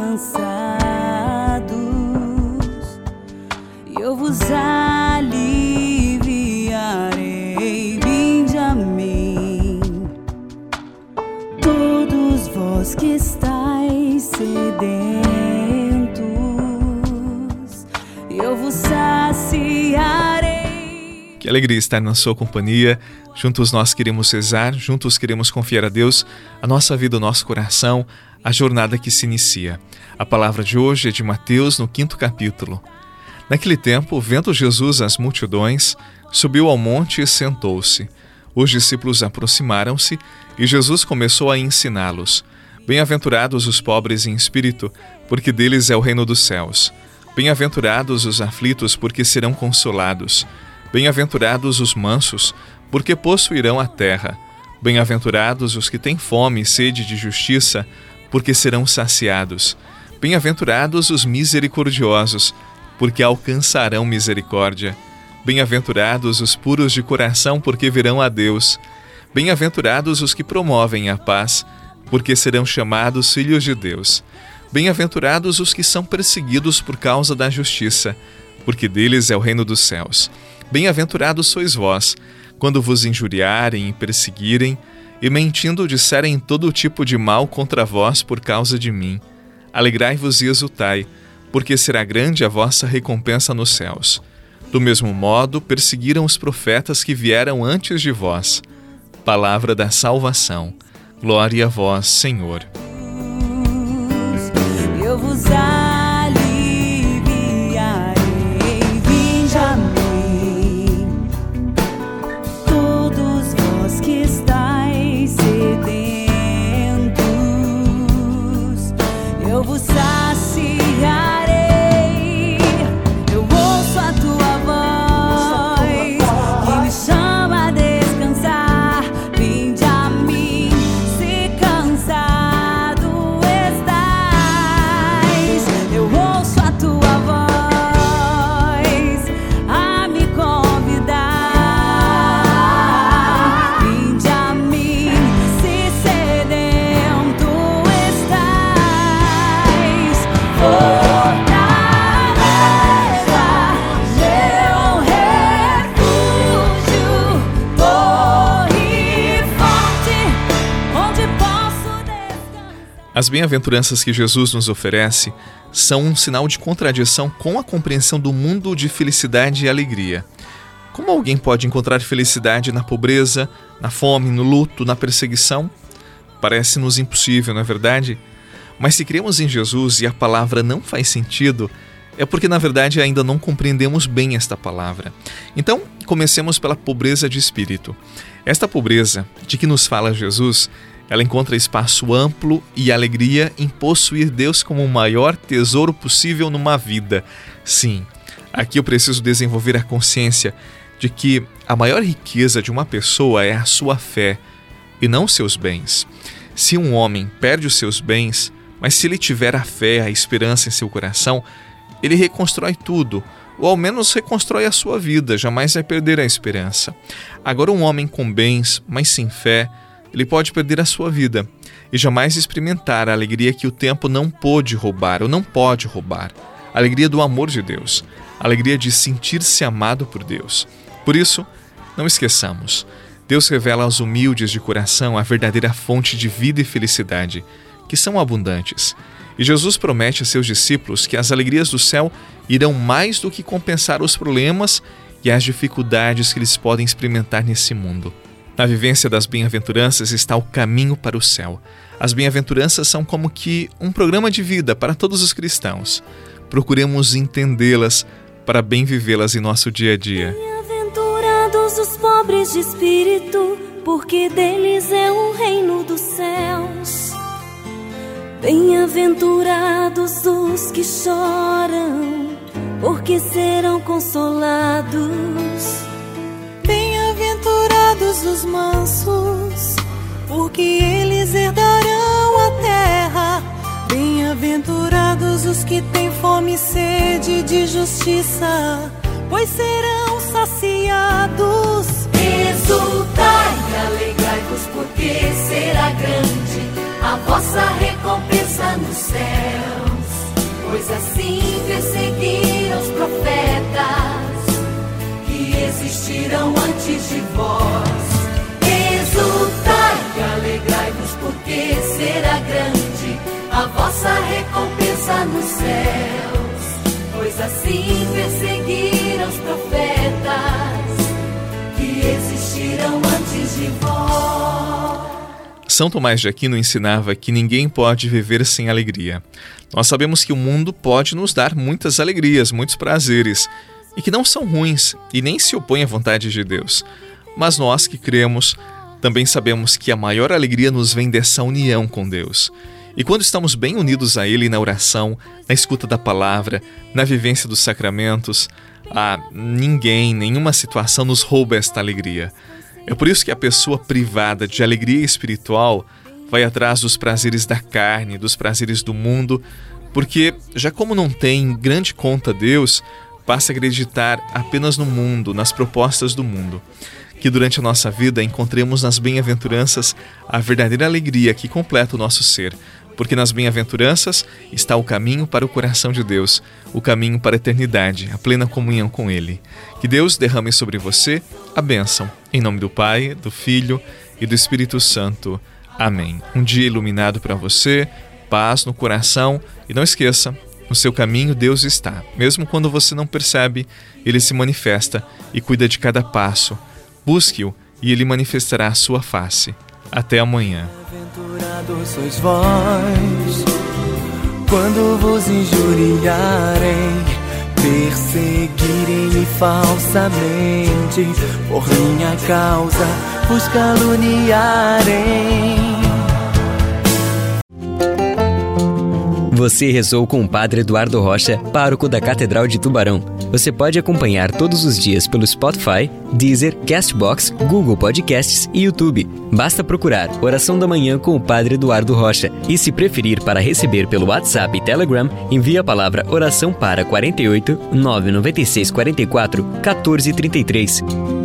eu vos aliviarei. Vinde a mim, todos vós que estáis sedentos, eu vos saciarei. Que alegria estar na sua companhia. Juntos nós queremos rezar, juntos queremos confiar a Deus a nossa vida, o nosso coração, a jornada que se inicia. A palavra de hoje é de Mateus, no 5º capítulo. Naquele tempo, vendo Jesus as multidões, subiu ao monte e sentou-se. Os discípulos aproximaram-se e Jesus começou a ensiná-los. Bem-aventurados os pobres em espírito, porque deles é o reino dos céus. Bem-aventurados os aflitos, porque serão consolados. Bem-aventurados os mansos, porque possuirão a terra. Bem-aventurados os que têm fome e sede de justiça, porque serão saciados. Bem-aventurados os misericordiosos, porque alcançarão misericórdia. Bem-aventurados os puros de coração, porque verão a Deus. Bem-aventurados os que promovem a paz, porque serão chamados filhos de Deus. Bem-aventurados os que são perseguidos por causa da justiça, porque deles é o reino dos céus. Bem-aventurados sois vós, quando vos injuriarem e perseguirem, e mentindo disserem todo tipo de mal contra vós por causa de mim. Alegrai-vos e exultai, porque será grande a vossa recompensa nos céus. Do mesmo modo, perseguiram os profetas que vieram antes de vós. Palavra da salvação. Glória a vós, Senhor. Eu vos aliviarei. Vinde a mim, todos vós que estáis sedentos, eu vos saciarei. Eu ouço a tua voz que me chama a descansar. Vinde a mim, se cansado estás. Eu ouço a tua voz a me convidar. Vinde a mim, se sedento estás. Fortaleza, meu refúgio, torre forte, onde posso descansar. As bem-aventuranças que Jesus nos oferece são um sinal de contradição com a compreensão do mundo de felicidade e alegria. Como alguém pode encontrar felicidade na pobreza, na fome, no luto, na perseguição? Parece-nos impossível, não é verdade? Mas se cremos em Jesus e a palavra não faz sentido, é porque na verdade ainda não compreendemos bem esta palavra. Então, comecemos pela pobreza de espírito. Esta pobreza de que nos fala Jesus, ela encontra espaço amplo e alegria em possuir Deus como o maior tesouro possível numa vida. Sim, aqui eu preciso desenvolver a consciência de que a maior riqueza de uma pessoa é a sua fé e não seus bens. Se um homem perde os seus bens, mas se ele tiver a fé, a esperança em seu coração, ele reconstrói tudo, ou ao menos reconstrói a sua vida, jamais vai perder a esperança. Agora, um homem com bens, mas sem fé, ele pode perder a sua vida e jamais experimentar a alegria que o tempo não pôde roubar, ou não pode roubar. A alegria do amor de Deus, a alegria de sentir-se amado por Deus. Por isso, não esqueçamos, Deus revela aos humildes de coração a verdadeira fonte de vida e felicidade, que são abundantes. E Jesus promete a seus discípulos que as alegrias do céu irão mais do que compensar os problemas e as dificuldades que eles podem experimentar nesse mundo. Na vivência das bem-aventuranças está o caminho para o céu. As bem-aventuranças são como que um programa de vida para todos os cristãos. Procuremos entendê-las para bem vivê-las em nosso dia a dia. Bem-aventurados os pobres de espírito, porque deles é o reino dos céus. Bem-aventurados os que choram, porque serão consolados. Bem-aventurados os mansos, porque eles herdarão a terra. Bem-aventurados os que têm fome e sede de justiça, pois serão saciados. Exultai e alegrai-vos, porque será grande a vossa recompensa nos céus. que existiram antes de vós. Exultai e alegrai-vos, porque será grande a vossa recompensa nos céus, pois assim perseguiram os profetas que existiram antes de vós. São Tomás de Aquino ensinava que ninguém pode viver sem alegria. Nós sabemos que o mundo pode nos dar muitas alegrias, muitos prazeres, e que não são ruins e nem se opõem à vontade de Deus. Mas nós que cremos, também sabemos que a maior alegria nos vem dessa união com Deus. E quando estamos bem unidos a Ele na oração, na escuta da palavra, na vivência dos sacramentos, ninguém, nenhuma situação nos rouba esta alegria. É por isso que a pessoa privada de alegria espiritual vai atrás dos prazeres da carne, dos prazeres do mundo, porque, já como não tem em grande conta Deus, passa a acreditar apenas no mundo, nas propostas do mundo. Que durante a nossa vida encontremos nas bem-aventuranças a verdadeira alegria que completa o nosso ser, porque nas bem-aventuranças está o caminho para o coração de Deus, o caminho para a eternidade, a plena comunhão com Ele. Que Deus derrame sobre você a bênção, em nome do Pai, do Filho e do Espírito Santo. Amém. Um dia iluminado para você, paz no coração, e não esqueça, no seu caminho Deus está. Mesmo quando você não percebe, Ele se manifesta e cuida de cada passo. Busque-o e Ele manifestará a sua face. Até amanhã. Bem-aventurados sois vós, quando vos injuriarem, perseguirem-me falsamente, por minha causa vos caluniarem. Você rezou com o Padre Eduardo Rocha, pároco da Catedral de Tubarão. Você pode acompanhar todos os dias pelo Spotify, Deezer, Castbox, Google Podcasts e YouTube. Basta procurar Oração da Manhã com o Padre Eduardo Rocha. E se preferir para receber pelo WhatsApp e Telegram, envie a palavra oração para 48 996 44 14 33.